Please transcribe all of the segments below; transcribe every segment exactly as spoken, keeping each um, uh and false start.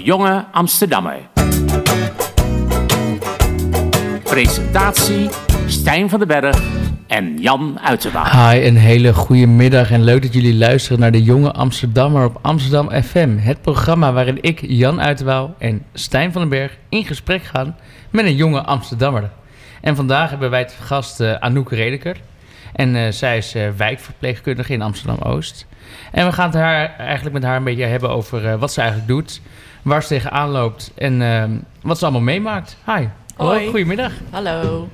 Jonge Amsterdammer. Presentatie Stijn van den Berg en Jan Uiterwaal. Hi, een hele goede middag en leuk dat jullie luisteren naar de Jonge Amsterdammer op Amsterdam F M. Het programma waarin ik, Jan Uiterwaal en Stijn van den Berg in gesprek gaan met een jonge Amsterdammer. En vandaag hebben wij te gast uh, Anouk Redeker. En uh, zij is uh, wijkverpleegkundige in Amsterdam-Oost. En we gaan het haar, eigenlijk met haar een beetje hebben over uh, wat ze eigenlijk doet, waar ze tegenaan loopt en uh, wat ze allemaal meemaakt. Hi. Hoi. Goedemiddag. Hallo.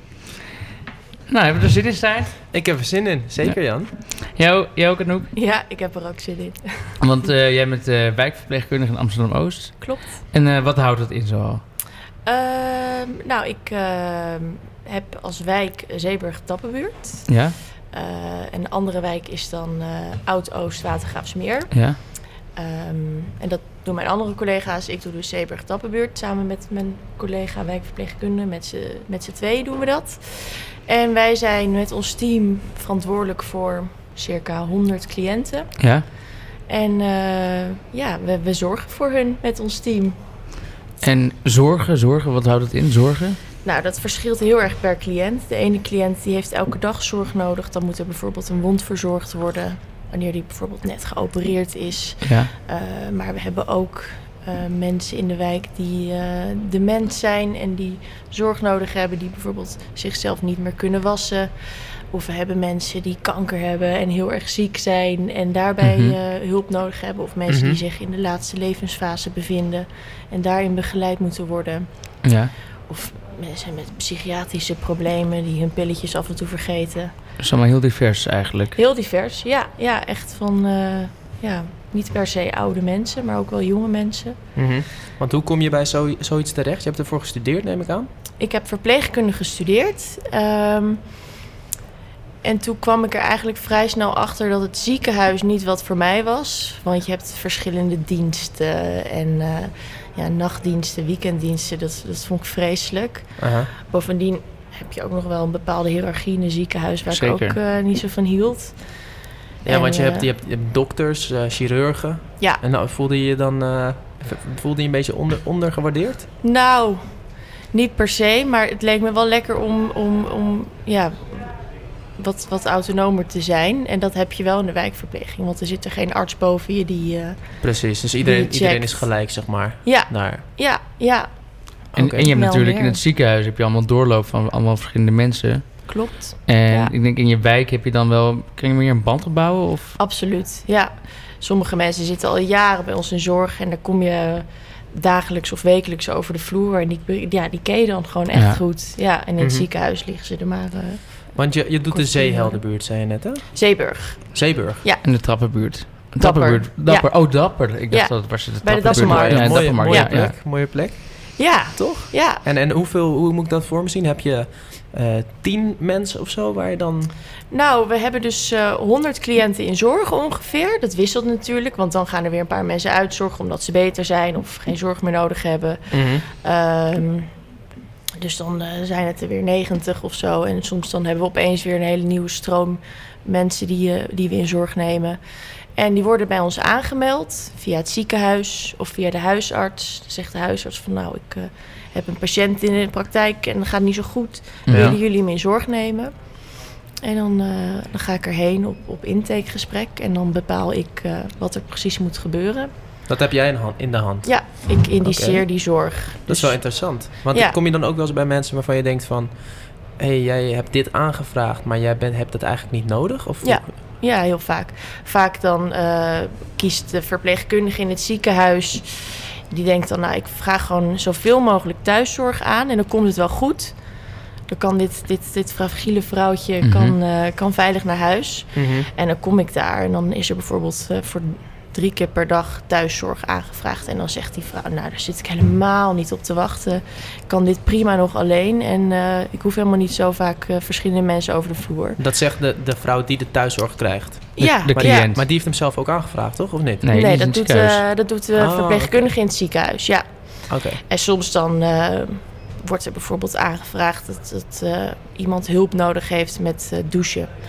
Nou, hebben we er zin in, Stijn? Ik heb er zin in, zeker ja. Jan. Jou, jij ook, Anouk? Ja, ik heb er ook zin in. Want uh, jij bent uh, wijkverpleegkundige in Amsterdam-Oost. Klopt. En uh, wat houdt dat in zoal? Uh, nou, ik uh, heb als wijk Zeeburg-Tappenbuurt. Ja? Uh, en de andere wijk is dan uh, Oud-Oost, Watergraafsmeer. Ja. Um, en dat doen mijn andere collega's. Ik doe dus Zeeburg-Tappenbuurt samen met mijn collega wijkverpleegkundige. Met z'n, met z'n tweeën doen we dat. En wij zijn met ons team verantwoordelijk voor circa honderd cliënten. Ja. En uh, ja, we, we zorgen voor hun met ons team. En zorgen, zorgen, wat houdt het in, zorgen? Nou, dat verschilt heel erg per cliënt. De ene cliënt die heeft elke dag zorg nodig. Dan moet er bijvoorbeeld een wond verzorgd worden wanneer die bijvoorbeeld net geopereerd is. Ja. Uh, maar we hebben ook uh, mensen in de wijk die uh, dement zijn en die zorg nodig hebben, die bijvoorbeeld zichzelf niet meer kunnen wassen. Of we hebben mensen die kanker hebben en heel erg ziek zijn en daarbij mm-hmm. uh, hulp nodig hebben. Of mensen mm-hmm. die zich in de laatste levensfase bevinden en daarin begeleid moeten worden. Ja. Of mensen met psychiatrische problemen die hun pilletjes af en toe vergeten. Dat is allemaal heel divers eigenlijk. Heel divers, ja. Ja, echt van, uh, ja, niet per se oude mensen, maar ook wel jonge mensen. Mm-hmm. Want hoe kom je bij zo, zoiets terecht? Je hebt ervoor gestudeerd, neem ik aan? Ik heb verpleegkunde gestudeerd. Um, en toen kwam ik er eigenlijk vrij snel achter dat het ziekenhuis niet wat voor mij was. Want je hebt verschillende diensten en uh, ja, nachtdiensten, weekenddiensten. Dat, dat vond ik vreselijk. Uh-huh. Bovendien heb je ook nog wel een bepaalde hiërarchie in een ziekenhuis waar Zeker. ik ook uh, niet zo van hield. Ja, en, want je, uh, hebt, je, hebt, je hebt dokters, uh, chirurgen. Ja. En nou, voelde je je dan uh, voelde je een beetje onder, ondergewaardeerd? Nou, niet per se, maar het leek me wel lekker om, om, om ja, wat, wat autonomer te zijn. En dat heb je wel in de wijkverpleging, want er zit er geen arts boven je die uh, Precies, dus iedereen, iedereen is gelijk, zeg maar. Ja, naar... ja, ja. En, okay. en je hebt natuurlijk in het ziekenhuis heb je allemaal doorloop van allemaal verschillende mensen. Klopt. En ja. ik denk in je wijk heb je dan wel, kun je meer een band opbouwen? Of? Absoluut, ja. Sommige mensen zitten al jaren bij ons in zorg en daar kom je dagelijks of wekelijks over de vloer. En die, ja, die ken je dan gewoon echt ja. goed. Ja, en in mm-hmm. het ziekenhuis liggen ze er maar... Uh, Want je, je doet de Zeeheldenbuurt, zei je net, hè? Zeeburg. Zeeburg? Ja. En de Trappenbuurt. Dapper. Dapper. Dapper. Ja. Oh, Dapper. Ik dacht ja. dat was het de bij de Dappermarkt. Ja, ja, mooie, Dappermarkt. mooie Ja, plek. ja. Mooie plek. Ja. Toch? Ja. En, en hoeveel, hoe moet ik dat voor me zien? Heb je uh, tien mensen of zo waar je dan... Nou, we hebben dus uh, honderd cliënten in zorg ongeveer. Dat wisselt natuurlijk, want dan gaan er weer een paar mensen uitzorgen omdat ze beter zijn of geen zorg meer nodig hebben. Mm-hmm. Um, dus dan uh, zijn het er weer negentig of zo. En soms dan hebben we opeens weer een hele nieuwe stroom mensen die, uh, die we in zorg nemen. En die worden bij ons aangemeld via het ziekenhuis of via de huisarts. Dan zegt de huisarts van nou, ik uh, heb een patiënt in de praktijk en dat gaat niet zo goed. Ja. Willen jullie hem in zorg nemen? En dan, uh, dan ga ik erheen op, op intakegesprek en dan bepaal ik uh, wat er precies moet gebeuren. Dat heb jij in, hand, in de hand? Ja, ik indiceer okay. die zorg. Dat dus, is wel interessant. Want ja. kom je dan ook wel eens bij mensen waarvan je denkt van... hé, hey, jij hebt dit aangevraagd, maar jij bent, hebt het eigenlijk niet nodig? Of ja. ja, heel vaak. Vaak dan uh, kiest de verpleegkundige in het ziekenhuis... die denkt dan, nou, ik vraag gewoon zoveel mogelijk thuiszorg aan... en dan komt het wel goed. Dan kan dit, dit, dit fragiele vrouwtje mm-hmm. kan, uh, kan veilig naar huis. Mm-hmm. En dan kom ik daar en dan is er bijvoorbeeld... Uh, voor drie keer per dag thuiszorg aangevraagd. En dan zegt die vrouw, nou, daar zit ik helemaal niet op te wachten. Ik kan dit prima nog alleen. En uh, ik hoef helemaal niet zo vaak uh, verschillende mensen over de vloer. Dat zegt de, de vrouw die de thuiszorg krijgt? De, ja. De cliënt. Ja. Maar die heeft hem zelf ook aangevraagd, toch? Of niet? Nee, nee dat, doet, uh, dat doet de oh, verpleegkundige okay. in het ziekenhuis, ja. Okay. En soms dan uh, wordt er bijvoorbeeld aangevraagd... dat, dat uh, iemand hulp nodig heeft met uh, douchen.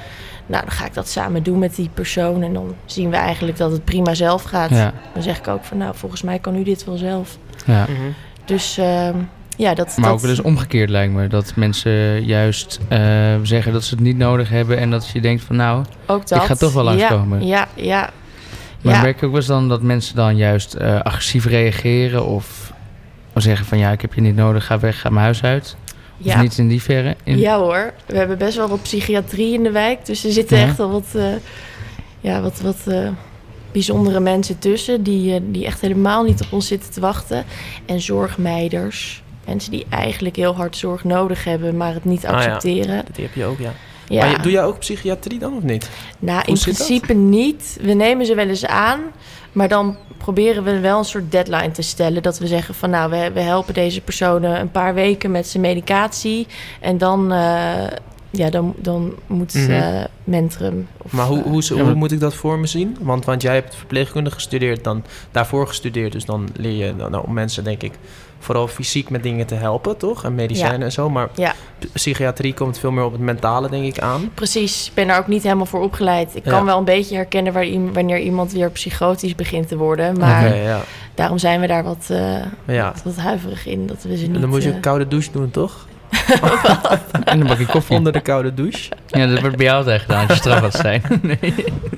Nou, dan ga ik dat samen doen met die persoon. En dan zien we eigenlijk dat het prima zelf gaat. Ja. Dan zeg ik ook van, nou, volgens mij kan u dit wel zelf. Ja. Mhm. Dus uh, ja, dat... Maar dat... ook wel eens omgekeerd lijkt me. Dat mensen juist uh, zeggen dat ze het niet nodig hebben. En dat je denkt van nou, ook dat. ik ga toch wel langskomen. Ja, ja, ja. Maar ja. merk je ook wel eens dan dat mensen dan juist uh, agressief reageren? Of, of zeggen van ja, ik heb je niet nodig, ga weg, ga mijn huis uit? Of Ja. niet in die verre? In... Ja hoor, we hebben best wel wat psychiatrie in de wijk. Dus er zitten Ja. echt wel wat, uh, ja, wat, wat uh, bijzondere mensen tussen... Die, uh, die echt helemaal niet op ons zitten te wachten. En zorgmeiders. Mensen die eigenlijk heel hard zorg nodig hebben... maar het niet accepteren. Ah, ja. Dat heb je ook, ja. Ja. Maar je, doe jij ook psychiatrie dan of niet? Nou, Hoe in zit principe niet. We nemen ze wel eens aan... maar dan proberen we wel een soort deadline te stellen. Dat we zeggen van nou, we, we helpen deze personen een paar weken met zijn medicatie. En dan, uh, ja, dan, dan moet mm-hmm. uh, Mentrum. Of, maar hoe, hoe, hoe, ja, hoe moet ik dat voor me zien? Want, want jij hebt verpleegkunde gestudeerd, dan daarvoor gestudeerd. Dus dan leer je nou, om mensen, denk ik, vooral fysiek met dingen te helpen, toch? En medicijnen ja. en zo. Maar ja. psychiatrie komt veel meer op het mentale, denk ik, aan. Precies. Ik ben daar ook niet helemaal voor opgeleid. Ik kan ja. wel een beetje herkennen waar, wanneer iemand weer psychotisch begint te worden. Maar okay, ja. daarom zijn we daar wat, uh, ja. wat, wat huiverig in. Dat we ze niet, en dan moet je uh... een koude douche doen, toch? En een bakje koffie. Onder de koude douche. Ja, dat wordt bij jou altijd gedaan als je straf had zijn. Nee.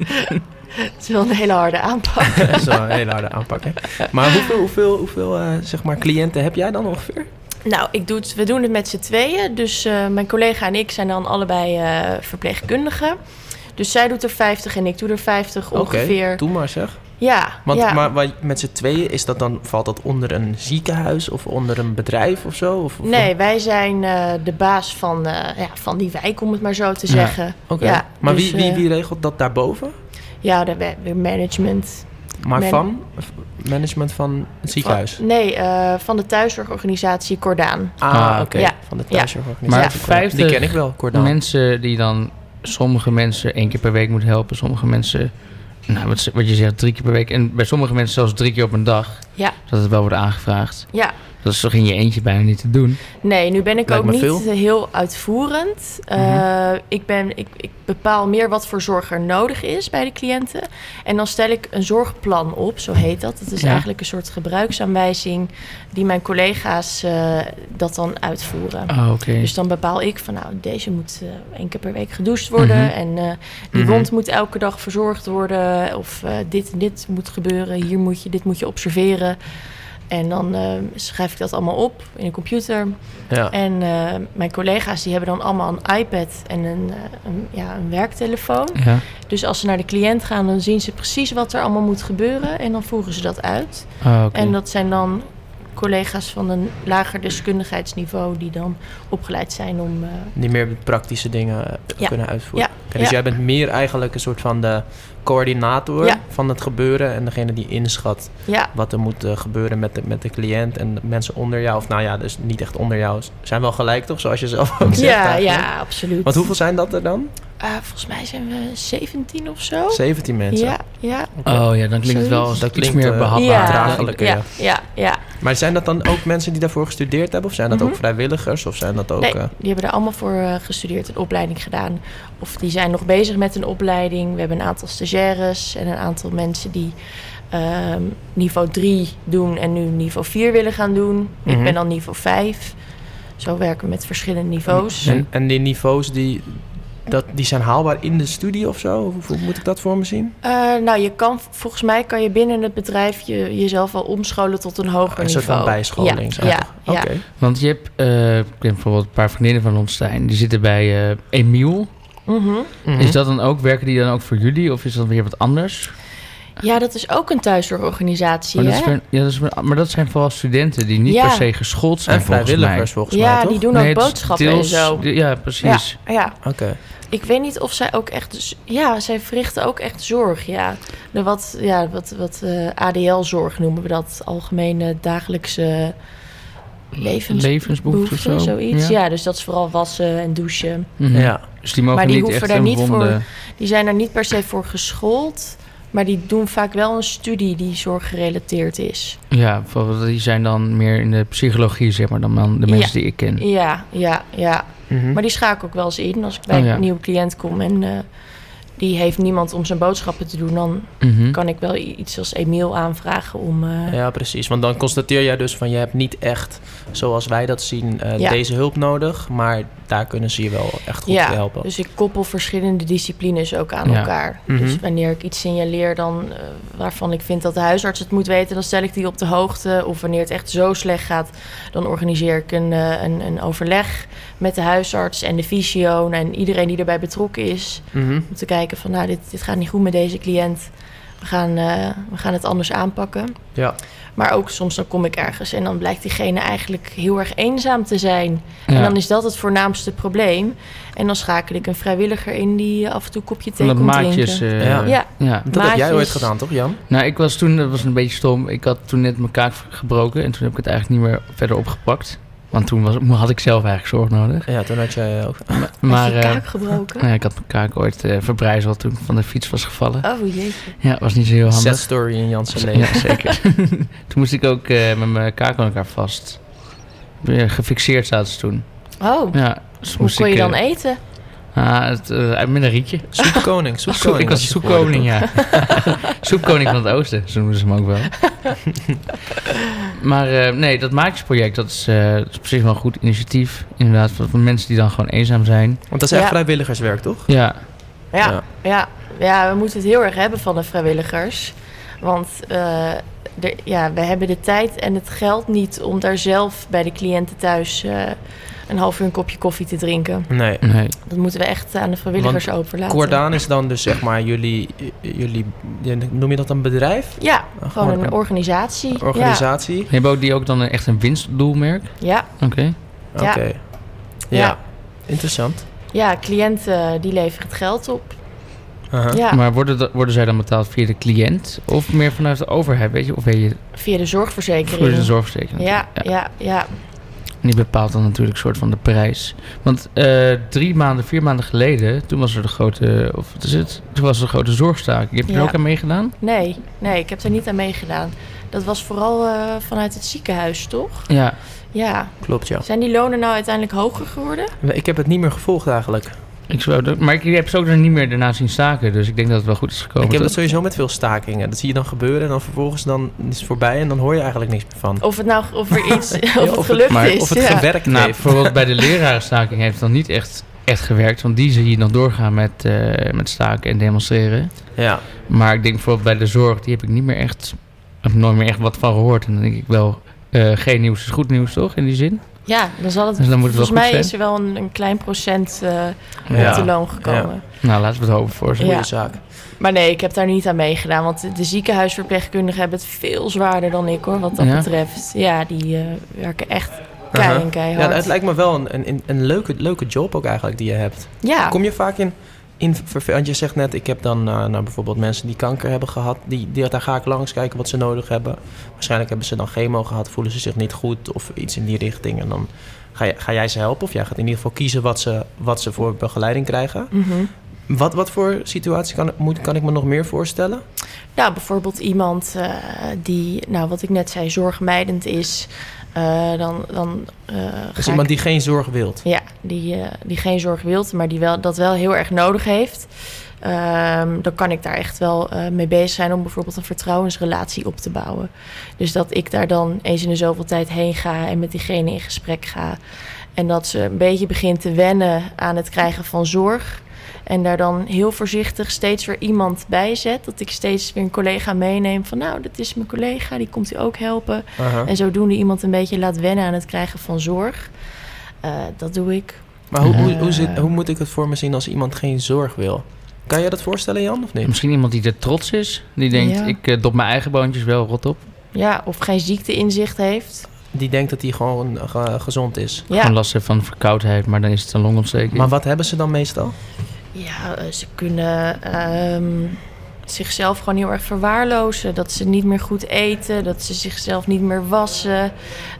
Het is wel een hele harde aanpak. Dat is wel een hele harde aanpak, hè? Maar hoeveel, hoeveel, hoeveel uh, zeg maar, cliënten heb jij dan ongeveer? Nou, ik doe het, we doen het met z'n tweeën. Dus uh, mijn collega en ik zijn dan allebei uh, verpleegkundigen. Dus zij doet er vijftig en ik doe er vijftig ongeveer. Oké, doe maar zeg. Ja, Want, ja. Maar, maar met z'n tweeën, is dat dan, valt dat onder een ziekenhuis of onder een bedrijf of zo? Of, of nee, wij zijn uh, de baas van, uh, ja, van die wijk, om het maar zo te zeggen. Ja, Oké, okay. ja, maar dus, wie, wie, wie regelt dat daarboven? Ja, de, de management. Maar Man- van? Management van het ziekenhuis? Van, nee, uh, van de thuiszorgorganisatie Cordaan. Ah, ah oké. Okay. Ja. Van de thuiszorgorganisatie. Maar vijftig die ken ik wel, Cordaan. Mensen die dan sommige mensen één keer per week moeten helpen. Sommige mensen, nou, wat, wat je zegt, drie keer per week. En bij sommige mensen zelfs drie keer op een dag. Ja. Dat het wel wordt aangevraagd. Ja. Dat is toch in je eentje bijna niet te doen? Nee, nu ben ik Lijkt ook niet veel. heel uitvoerend. Uh, mm-hmm. ik, ben, ik, ik bepaal meer wat voor zorg er nodig is bij de cliënten. En dan stel ik een zorgplan op, zo heet dat. Het is ja. eigenlijk een soort gebruiksaanwijzing die mijn collega's uh, dat dan uitvoeren. Oh, okay. Dus dan bepaal ik van nou, deze moet uh, één keer per week gedoucht worden. Mm-hmm. En uh, die mm-hmm. wond moet elke dag verzorgd worden. Of uh, dit en dit moet gebeuren. Hier moet je, dit moet je observeren. En dan uh, schrijf ik dat allemaal op in een computer. Ja. En uh, mijn collega's die hebben dan allemaal een iPad en een, uh, een, ja, een werktelefoon. Ja. Dus als ze naar de cliënt gaan, dan zien ze precies wat er allemaal moet gebeuren. En dan voeren ze dat uit. Oh, okay. En dat zijn dan collega's van een lager deskundigheidsniveau die dan opgeleid zijn om... Uh... Die meer praktische dingen uh, ja. kunnen uitvoeren. Ja. Okay, dus ja. jij bent meer eigenlijk een soort van de coördinator ja. van het gebeuren en degene die inschat ja. wat er moet uh, gebeuren met de, met de cliënt en de mensen onder jou. Of nou ja, dus niet echt onder jou. Zijn wel gelijk toch, zoals je zelf ook zegt? Ja, eigenlijk. ja, absoluut. Want hoeveel zijn dat er dan? Uh, volgens mij zijn we zeventien of zo. zeventien mensen? Ja, ja. Okay. Oh ja, dan klinkt het wel dat iets klinkt, meer uh, behapbaar. Ja, draaglijker. Ja, ja, ja. Maar zijn dat dan ook mensen die daarvoor gestudeerd hebben? Of zijn dat mm-hmm. ook vrijwilligers? Of zijn dat ook... Nee, uh... die hebben er allemaal voor uh, gestudeerd, een opleiding gedaan. Of die zijn nog bezig met een opleiding. We hebben een aantal stagiaires en een aantal mensen die uh, niveau drie doen en nu niveau vier willen gaan doen. Mm-hmm. Ik ben dan niveau vijf. Zo werken we met verschillende niveaus. En, en die niveaus die... Dat, die zijn haalbaar in de studie of zo? Hoe, hoe moet ik dat voor me zien? Uh, nou, je kan, volgens mij kan je binnen het bedrijf je, jezelf wel omscholen tot een hoger een niveau. Een soort van bijscholing. Ja, ja, Oké. ja. Okay. Want je hebt, uh, ik ken bijvoorbeeld een paar vriendinnen van ons, Stijn, die zitten bij uh, Emiel. Mm-hmm. Mm-hmm. Is dat dan ook, werken die dan ook voor jullie of is dat weer wat anders? Ja, dat is ook een thuiszorgorganisatie. Maar, hè? dat, is, ja, dat is, maar dat zijn vooral studenten die niet ja. per se geschoold zijn. En vrijwilligers volgens mij, ja, toch? die doen nee, ook boodschappen deels, en zo. Ja, precies. Ja, ja. Oké. Okay. Ik weet niet of zij ook echt... Ja, zij verrichten ook echt zorg, ja. De wat, ja, wat, wat uh, A D L-zorg noemen we dat. Algemene dagelijkse levens, levensbehoeften of zo. Zoiets. Ja. ja, dus dat is vooral wassen en douchen. Mm-hmm. Ja. Dus die mogen maar die niet hoeven echt daar niet wonde... voor... Die zijn er niet per se voor geschoold... Maar die doen vaak wel een studie die zorggerelateerd is. Ja, die zijn dan meer in de psychologie, zeg maar, dan de mensen ja. die ik ken. Ja, ja, ja. Mm-hmm. Maar die schakel ik wel eens in als ik bij oh, ja. een nieuwe cliënt kom. En uh, die heeft niemand om zijn boodschappen te doen, dan Mhm. kan ik wel iets als Emiel aanvragen om... Uh, Ja, precies. Want dan constateer jij dus van je hebt niet echt, zoals wij dat zien, uh, Ja. deze hulp nodig. Maar daar kunnen ze je wel echt goed ja, helpen. dus ik koppel verschillende disciplines ook aan Ja. elkaar. Mhm. Dus wanneer ik iets signaleer dan, uh, waarvan ik vind dat de huisarts het moet weten, dan stel ik die op de hoogte. Of wanneer het echt zo slecht gaat, dan organiseer ik een, uh, een, een overleg met de huisarts en de fysio en iedereen die erbij betrokken is. Mhm. Om te kijken van, nou, dit, dit gaat niet goed met deze cliënt. We gaan, uh, we gaan het anders aanpakken. Ja. Maar ook soms dan kom ik ergens en dan blijkt diegene eigenlijk heel erg eenzaam te zijn. Ja. En dan is dat het voornaamste probleem. En dan schakel ik een vrijwilliger in die af en toe een kopje thee Van de komt maatjes. drinken. eh, Ja. Ja, ja. Dat heb jij Maatjes. ooit gedaan, toch Jan? Nou, ik was toen, dat was een beetje stom. Ik had toen net mijn kaak gebroken en toen heb ik het eigenlijk niet meer verder opgepakt. Want toen was, had ik zelf eigenlijk zorg nodig. Ja, toen had jij ook... Maar, Had maar je eh, kaak gebroken? nou ja, ik had mijn kaak ooit eh, verbrijzeld toen ik van de fiets was gevallen. Oh jeetje. Ja, was niet zo heel Sad handig. story in Jans leven. Ja, zeker. Toen moest ik ook eh, met mijn kaak aan elkaar vast. Weer gefixeerd zaten ze toen. Oh, Ja, dus hoe moest kon je ik, dan eh, eten? Ah, het, eh, met een rietje. Soepkoning, Soep, soepkoning. ik was de soepkoning, ja. Soepkoning van het oosten, zo noemden ze hem ook wel. Maar eh, nee, dat maatjesproject, dat is, eh, dat is op zich wel een goed initiatief. Inderdaad, voor, voor mensen die dan gewoon eenzaam zijn. Want dat is echt Ja. vrijwilligerswerk, toch? Ja, Ja, Ja. ja. Ja, we moeten het heel erg hebben van de vrijwilligers. Want uh, er, ja, we hebben de tijd en het geld niet om daar zelf bij de cliënten thuis uh, een half uur een kopje koffie te drinken. Nee. nee. Dat moeten we echt aan de vrijwilligers Want overlaten. Cordaan is dan dus zeg maar jullie, jullie, noem je dat een bedrijf? Ja, Uh, gewoon gewoon een organisatie. Een organisatie? Hebben ook die ook dan een- echt een winstdoelmerk? Ja, Oké. Oké. Ja. Ja. Ja. Interessant. ja, ja, cliënten die leveren het geld op. Uh-huh. Ja, Maar worden, dat- worden zij dan betaald via de cliënt? Of meer vanuit de overheid, weet je? Of weet je via de zorgverzekering. voor de zorgverzekering? Ja, ja, ja. Die bepaalt dan natuurlijk een soort van de prijs. Want eh, drie maanden, vier maanden geleden, toen was er de grote, of wat is het? Toen was er de grote zorgstaking. Heb je Ja. er ook aan meegedaan? Nee, nee, ik heb er niet aan meegedaan. Dat was vooral uh, vanuit het ziekenhuis, toch? Ja. Ja. Klopt, ja. Zijn die lonen nou uiteindelijk hoger geworden? Ik heb het niet meer gevolgd eigenlijk. Ik zou dat, maar ik heb ze ook er niet meer daarna zien staken. Dus ik denk dat het wel goed is gekomen. ik heb dat toch? sowieso met veel stakingen. Dat zie je dan gebeuren en dan vervolgens dan is het voorbij en dan hoor je eigenlijk niks meer van. Of het nou of er iets of Ja, het of gelukt maar- is. Of het ja. gewerkt Nou, heeft. bijvoorbeeld bij de lerarenstaking heeft het dan niet echt, echt gewerkt. Want die zie je dan doorgaan met, eh, met staken en demonstreren. Ja. Maar ik denk bijvoorbeeld bij de zorg, die heb ik niet meer echt, heb ik nooit meer echt wat van gehoord. En dan denk ik wel, eh, geen nieuws is goed nieuws, toch? In die zin. Ja, dan zal het. Dus dan moet het wel volgens goed mij zijn. is er wel een, een klein procent uh, Ja. op de loon gekomen. Nou, laten we het hopen voor ze. Goeie Ja. zaak. Maar nee, ik heb daar niet aan meegedaan. Want de, de ziekenhuisverpleegkundigen hebben het veel zwaarder dan ik hoor, wat dat Ja? betreft. Ja, die uh, werken echt kei Uh-huh. en keihard. Ja, het lijkt me wel een, een, een leuke, leuke job ook eigenlijk die je hebt. Ja. Kom je vaak in, in verve- want je zegt net, ik heb dan uh, nou, bijvoorbeeld mensen die kanker hebben gehad, die, die, daar ga ik langs kijken wat ze nodig hebben. Waarschijnlijk hebben ze dan chemo gehad, voelen ze zich niet goed of iets in die richting. En dan ga, je, ga jij ze helpen of jij gaat in ieder geval kiezen wat ze, wat ze voor begeleiding krijgen. Mhm. Wat, wat voor situatie kan, moet, kan ik me nog meer voorstellen? Nou, bijvoorbeeld iemand uh, die, nou wat ik net zei, zorgmijdend is. Uh, dan, dan, uh, Dus ga iemand ik, die geen zorg wilt. Ja, die, uh, die geen zorg wilt, maar die wel, dat wel heel erg nodig heeft. Um, dan kan ik daar echt wel uh, mee bezig zijn om bijvoorbeeld een vertrouwensrelatie op te bouwen. Dus dat ik daar dan eens in de zoveel tijd heen ga en met diegene in gesprek ga. En dat ze een beetje begint te wennen aan het krijgen van zorg. En daar dan heel voorzichtig steeds weer iemand bij zet. Dat ik steeds weer een collega meeneem van nou, dit is mijn collega, die komt u ook helpen. Uh-huh. En zodoende iemand een beetje laat wennen aan het krijgen van zorg. Uh, dat doe ik. Maar hoe, hoe, Uh, hoe, zit, hoe moet ik het voor me zien als iemand geen zorg wil? Kan je dat voorstellen, Jan, of niet? Misschien iemand die er trots is. Die denkt, Ja. ik uh, dop mijn eigen boontjes wel rot op. Ja, of geen ziekteinzicht heeft. Die denkt dat hij gewoon uh, gezond is. Ja, Gewoon last heeft van verkoudheid, maar dan is het een longontsteking. Maar wat hebben ze dan meestal? ja uh, ze kunnen um, zichzelf gewoon heel erg verwaarlozen. Dat ze niet meer goed eten, dat ze zichzelf niet meer wassen.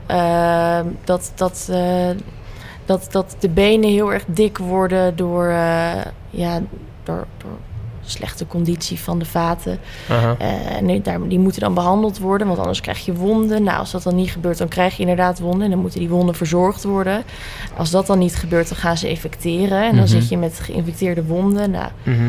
Uh, dat, dat, uh, dat, dat de benen heel erg dik worden door, uh, ja, door, door slechte conditie van de vaten. Uh-huh. Uh, en die, daar, die moeten dan behandeld worden, want anders krijg je wonden. Nou, als dat dan niet gebeurt, dan krijg je inderdaad wonden. En dan moeten die wonden verzorgd worden. Als dat dan niet gebeurt, dan gaan ze infecteren. En dan Mm-hmm. zit je met geïnfecteerde wonden. Nou, Mm-hmm.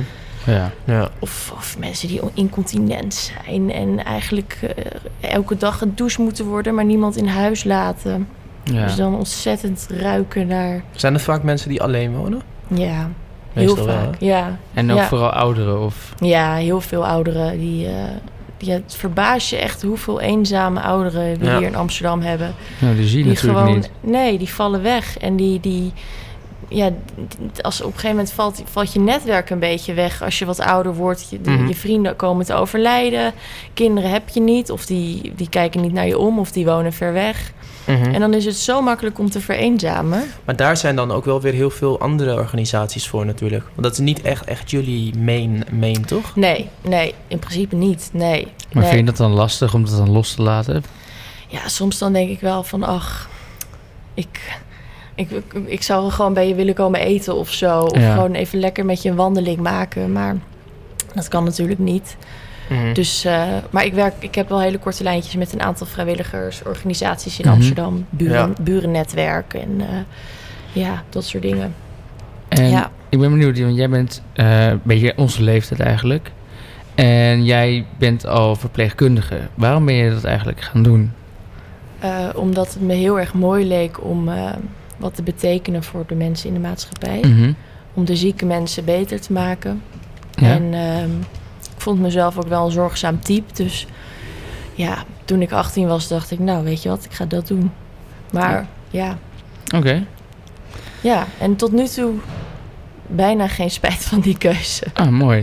Ja. Ja. Of, of mensen die incontinent zijn en eigenlijk uh, elke dag gedoucht moeten worden, maar niemand in huis laten. Ja. Dus dan ontzettend ruiken naar... Zijn het vaak mensen die alleen wonen? Ja, Meestal heel wel, vaak. hè? Ja. En ook Ja. vooral ouderen of... Ja, heel veel ouderen. Die, uh, die, het verbaast je echt hoeveel eenzame ouderen we Ja. hier in Amsterdam hebben. Nou, die zie je Die natuurlijk gewoon, niet. nee, die vallen weg. En die, die ja, d- als op een gegeven moment valt, valt je netwerk een beetje weg. Als je wat ouder wordt, je, de- Mhm. je vrienden komen te overlijden. Kinderen heb je niet, of die, die kijken niet naar je om, of die wonen ver weg. Mhm. En dan is het zo makkelijk om te vereenzamen. Maar daar zijn dan ook wel weer heel veel andere organisaties voor natuurlijk. Want dat is niet echt, echt jullie main, main, toch? Nee, nee, in principe niet. Nee. Maar nee. vind je dat dan lastig om dat dan los te laten? Ja, soms dan denk ik wel van, ach, ik, ik, ik, ik zou wel gewoon bij je willen komen eten of zo. Of Ja. gewoon even lekker met je een wandeling maken. Maar dat kan natuurlijk niet. Mhm. Dus, uh, maar ik, werk, ik heb wel hele korte lijntjes met een aantal vrijwilligersorganisaties in Mhm. Amsterdam. Buren, Ja. Burennetwerk en uh, ja, dat soort dingen. En Ja. ik ben benieuwd, want jij bent uh, een beetje onze leeftijd eigenlijk. En jij bent al verpleegkundige. Waarom ben je dat eigenlijk gaan doen? Uh, omdat het me heel erg mooi leek om uh, wat te betekenen voor de mensen in de maatschappij. Mhm. Om de zieke mensen beter te maken. Ja. En uh, ik vond mezelf ook wel een zorgzaam type. Dus ja, toen ik achttien was, dacht ik, nou weet je wat, ik ga dat doen. Maar ja, Oké. Okay. ja, en tot nu toe bijna geen spijt van die keuze. Ah, mooi.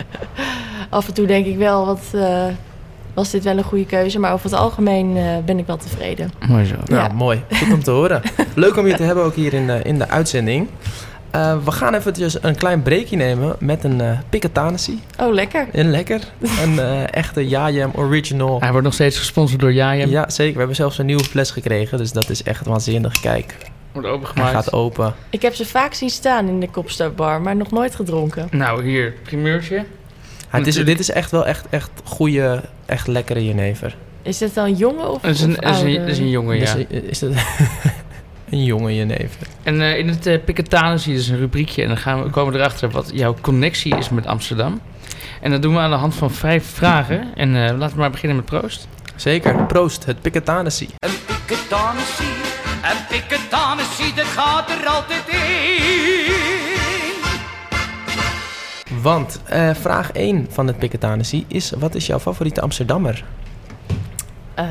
Af en toe denk ik wel, wat uh, was dit wel een goede keuze. Maar over het algemeen uh, ben ik wel tevreden. Mooi zo. Nou, Ja. mooi. Goed om te horen. Leuk om je te hebben ook hier in de, in de uitzending. Uh, we gaan eventjes een klein breakje nemen met een uh, Piketanessie. Oh, lekker. Een lekker. Een uh, echte Yayam Original. Hij wordt nog steeds gesponsord door Yayam. Ja, zeker. We hebben zelfs een nieuwe fles gekregen. Dus dat is echt waanzinnig. Kijk, Wordt hij opengemaakt. gaat open. Ik heb ze vaak zien staan in de Kopstadbar, maar nog nooit gedronken. Nou, hier, primeurtje. Ja, het is, dit is echt wel echt, echt goede, echt lekkere jenever. Is dit dan jongen of, Dat is een, of is een, ouder? is een jongen, ja. Dus, is het een jonge jenever? En uh, in het uh, Piketanessie is een rubriekje. En dan gaan we, komen we erachter wat jouw connectie is met Amsterdam. En dat doen we aan de hand van vijf vragen. En uh, laten we maar beginnen met proost. Zeker. Proost, het Piketanessie. Een Piketanessie, een Piketanessie, dat gaat er altijd in. Want uh, vraag één van het Piketanessie is: wat is jouw favoriete Amsterdammer? Uh,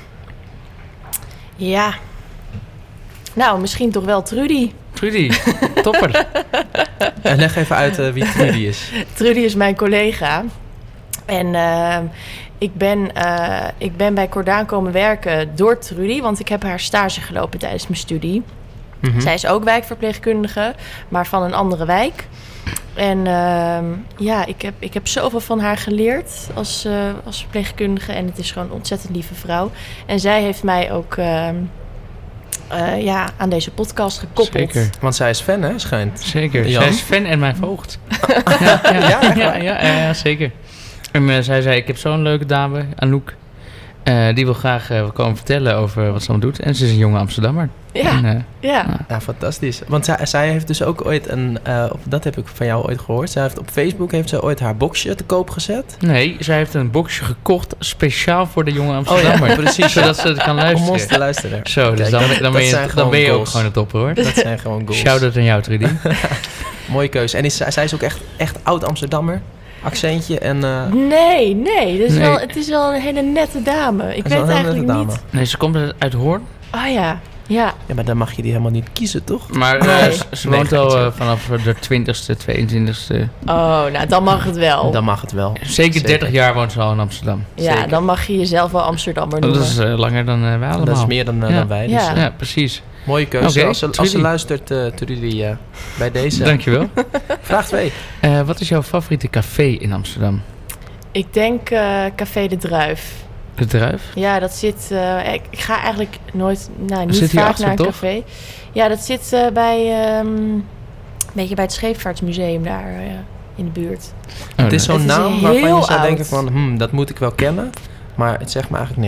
ja. Nou, misschien toch wel Trudy. Trudy, topper. En leg even uit uh, wie Trudy is. Trudy is mijn collega. En uh, ik, ben, uh, ik ben bij Cordaan komen werken door Trudy, want ik heb haar stage gelopen tijdens mijn studie. Mm-hmm. Zij is ook wijkverpleegkundige, maar van een andere wijk. En uh, ja, ik heb, ik heb zoveel van haar geleerd als, uh, als verpleegkundige. En het is gewoon een ontzettend lieve vrouw. En zij heeft mij ook uh, uh, ja, aan deze podcast gekoppeld. Zeker. Want zij is fan, hè, schijnt. Zeker. Jan? Zij is fan en mijn voogd. ja, ja, Ja, echt ja, waar? ja, ja, ja, zeker. En uh, zij zei, ik heb zo'n leuke dame, Anouk. Uh, die wil graag uh, komen vertellen over wat ze allemaal doet. En ze is een jonge Amsterdammer. Ja, En, uh, ja. Ja, fantastisch. Want zij, zij heeft dus ook ooit een, uh, of dat heb ik van jou ooit gehoord. Zij heeft op Facebook heeft zij ooit haar boxje te koop gezet. Nee, zij heeft een boxje gekocht speciaal voor de jonge Amsterdammer. Oh ja, precies. Zodat ze het kan luisteren. Om ons te luisteren. Zo, dus Kijk, dan, dat- dan, dat ben je, zijn dan gewoon ben je ook goals. gewoon een topper, hoor. Dat zijn gewoon goals. Shout-out aan jou, Trudy. Mooie keuze. En is, zij is ook echt, echt oud Amsterdammer. Accentje en... Uh, Nee, nee. Dat is Nee. Wel, het is wel een hele nette dame. Ik is wel weet een eigenlijk nette niet. dame. Nee, ze komt uit Hoorn. Oh ja, ja. Ja, maar dan mag je die helemaal niet kiezen, toch? Maar uh, Nee. ze- ze Nee, woont al geintje. uh, vanaf de twintigste, tweeëntwintigste. Oh, nou dan mag het wel. Dan mag het wel. Zeker dertig jaar woont ze al in Amsterdam. ja, zeker. dan mag je jezelf wel Amsterdammer Dat noemen. is uh, langer dan uh, wij allemaal. Dat is meer dan, uh, Ja. dan wij. Dus, Ja. uh, Ja, precies. mooie keuze. Oké, als, ze, als Trudy. ze luistert, uh, Trudy, uh, bij deze. Dankjewel. Vraag twee. Uh, wat is jouw favoriete café in Amsterdam? Ik denk uh, Café de Druif. De Druif? Ja, dat zit... Uh, ik, ik ga eigenlijk nooit... Nou, niet zit hier vaak achter, naar een toch? café. Ja, dat zit uh, bij... Um, een beetje bij het Scheepvaartsmuseum daar uh, in de buurt. Oh, Het is nee. zo'n Het is naam waarvan je heel zou oud. denken van... Hmm, dat moet ik wel kennen. Maar het zegt me eigenlijk niks.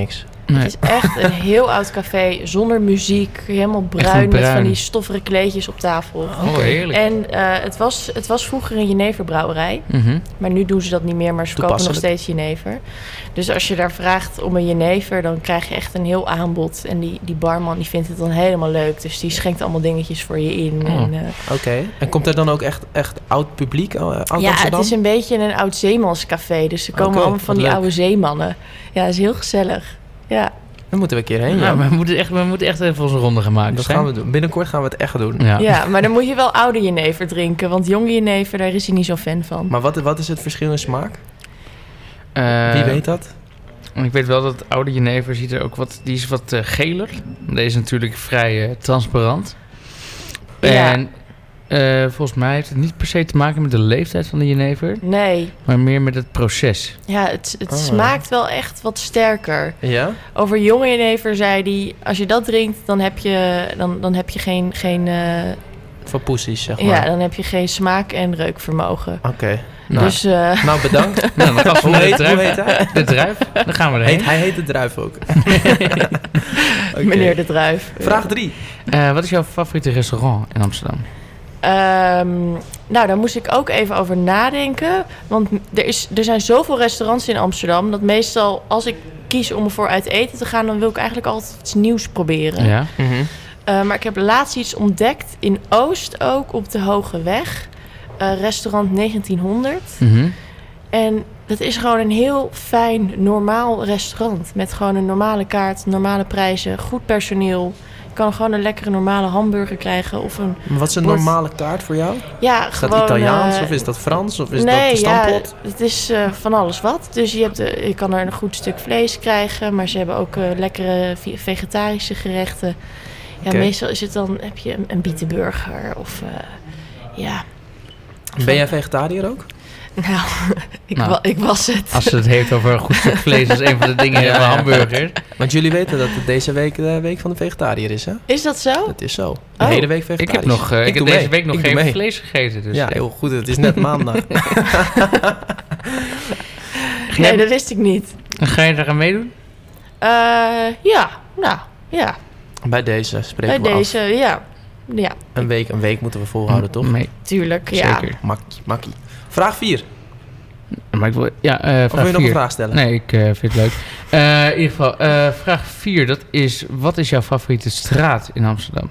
Nee. Het is echt een heel oud café zonder muziek. Helemaal bruin, bruin. met van die stoffere kleedjes op tafel. Oh, heerlijk. En uh, het, was, het was vroeger een jeneverbrouwerij. Mm-hmm. Maar nu doen ze dat niet meer, maar ze verkopen nog steeds jenever. Dus als je daar vraagt om een jenever, dan krijg je echt een heel aanbod. En die, die barman die vindt het dan helemaal leuk. Dus die schenkt allemaal dingetjes voor je in. Oh. En, uh, Oké. Okay. En komt er dan ook echt, echt oud publiek? Uh, oud ja, Amsterdam? het is een beetje een oud zeemanscafé. Dus er komen Okay, allemaal van die leuk. oude zeemannen. Ja, dat is heel gezellig. Ja. Daar moeten we een keer heen. Ja, Ja, maar we moeten echt, we moeten echt even onze ronde gaan maken. dat Stijn. gaan we doen. Binnenkort gaan we het echt doen. Ja. ja, maar dan moet je wel oude jenever drinken. Want jonge jenever, daar is hij niet zo'n fan van. Maar wat, wat is het verschil in smaak? Uh, Wie weet dat? Ik weet wel dat het oude jenever ziet er ook wat, die is wat uh, geler. Deze is natuurlijk vrij uh, transparant. Ja. En uh, volgens mij heeft het niet per se te maken met de leeftijd van de jenever, Nee, maar meer met het proces. ja, het, het Oh. smaakt wel echt wat sterker. Ja? Over jonge jenever zei hij, als je dat drinkt, dan heb je, dan, dan heb je geen, geen, uh, Voor poesies, zeg maar. ja, dan heb je geen smaak- en reukvermogen. Oké. Okay. Nou, Dus uh, nou, bedankt. Nou, dan gaan we hoe, naar de heet, druif. hoe heet hij? De druif, dan gaan we erheen. Heet, hij heet de druif ook. Okay. meneer de Druif. Vraag drie. Uh, wat is jouw favoriete restaurant in Amsterdam? Um, nou, daar moest ik ook even over nadenken. Want er, is, er zijn zoveel restaurants in Amsterdam, dat meestal als ik kies om ervoor uit eten te gaan, dan wil ik eigenlijk altijd iets nieuws proberen. Ja. Mm-hmm. Uh, maar ik heb laatst iets ontdekt in Oost ook, op de Hoge Weg. Uh, restaurant negentienhonderd. Mm-hmm. En dat is gewoon een heel fijn, normaal restaurant. Met gewoon een normale kaart, normale prijzen, goed personeel. Je kan gewoon een lekkere normale hamburger krijgen. Of een, Wat is een Wordt- normale kaart voor jou? ja, Is gewoon, dat Italiaans uh, of is dat Frans of is nee, dat de stampot? ja, het is uh, van alles wat. Dus je, hebt, uh, je kan er een goed stuk vlees krijgen. Maar ze hebben ook uh, lekkere ve- vegetarische gerechten. Ja, Oké. meestal is het dan, heb je een, een bietenburger of uh, ja. Ben jij vegetariër ook? Nou, ik, Nou. wa- ik was het. Als ze het heeft over een goed stuk vlees, is een van de dingen Ja, van ja. hamburger. Want jullie weten dat het deze week de week van de vegetariër is, hè? Is dat zo? Dat is zo. De Oh. hele week Ik vegetarisch. heb, nog, uh, ik heb doe deze mee. week nog Ik doe geen mee. vlees gegeten. Dus Ja, uh, heel goed. Het is net maandag. ga, Nee, je, dat wist ik niet. ga je daar aan meedoen? Uh, ja, nou, ja. Bij deze spreken Bij we deze, ja. Ja, af. Een week, een week moeten we volhouden, toch? Nee, tuurlijk, ja. zeker. Makkie, makkie. Vraag vier. Maar ik wil, ja, uh, Of wil vraag je nog een vier. vraag stellen? Nee, ik uh, vind het leuk. Uh, in ieder geval, uh, vraag vier. Dat is, wat is jouw favoriete straat in Amsterdam?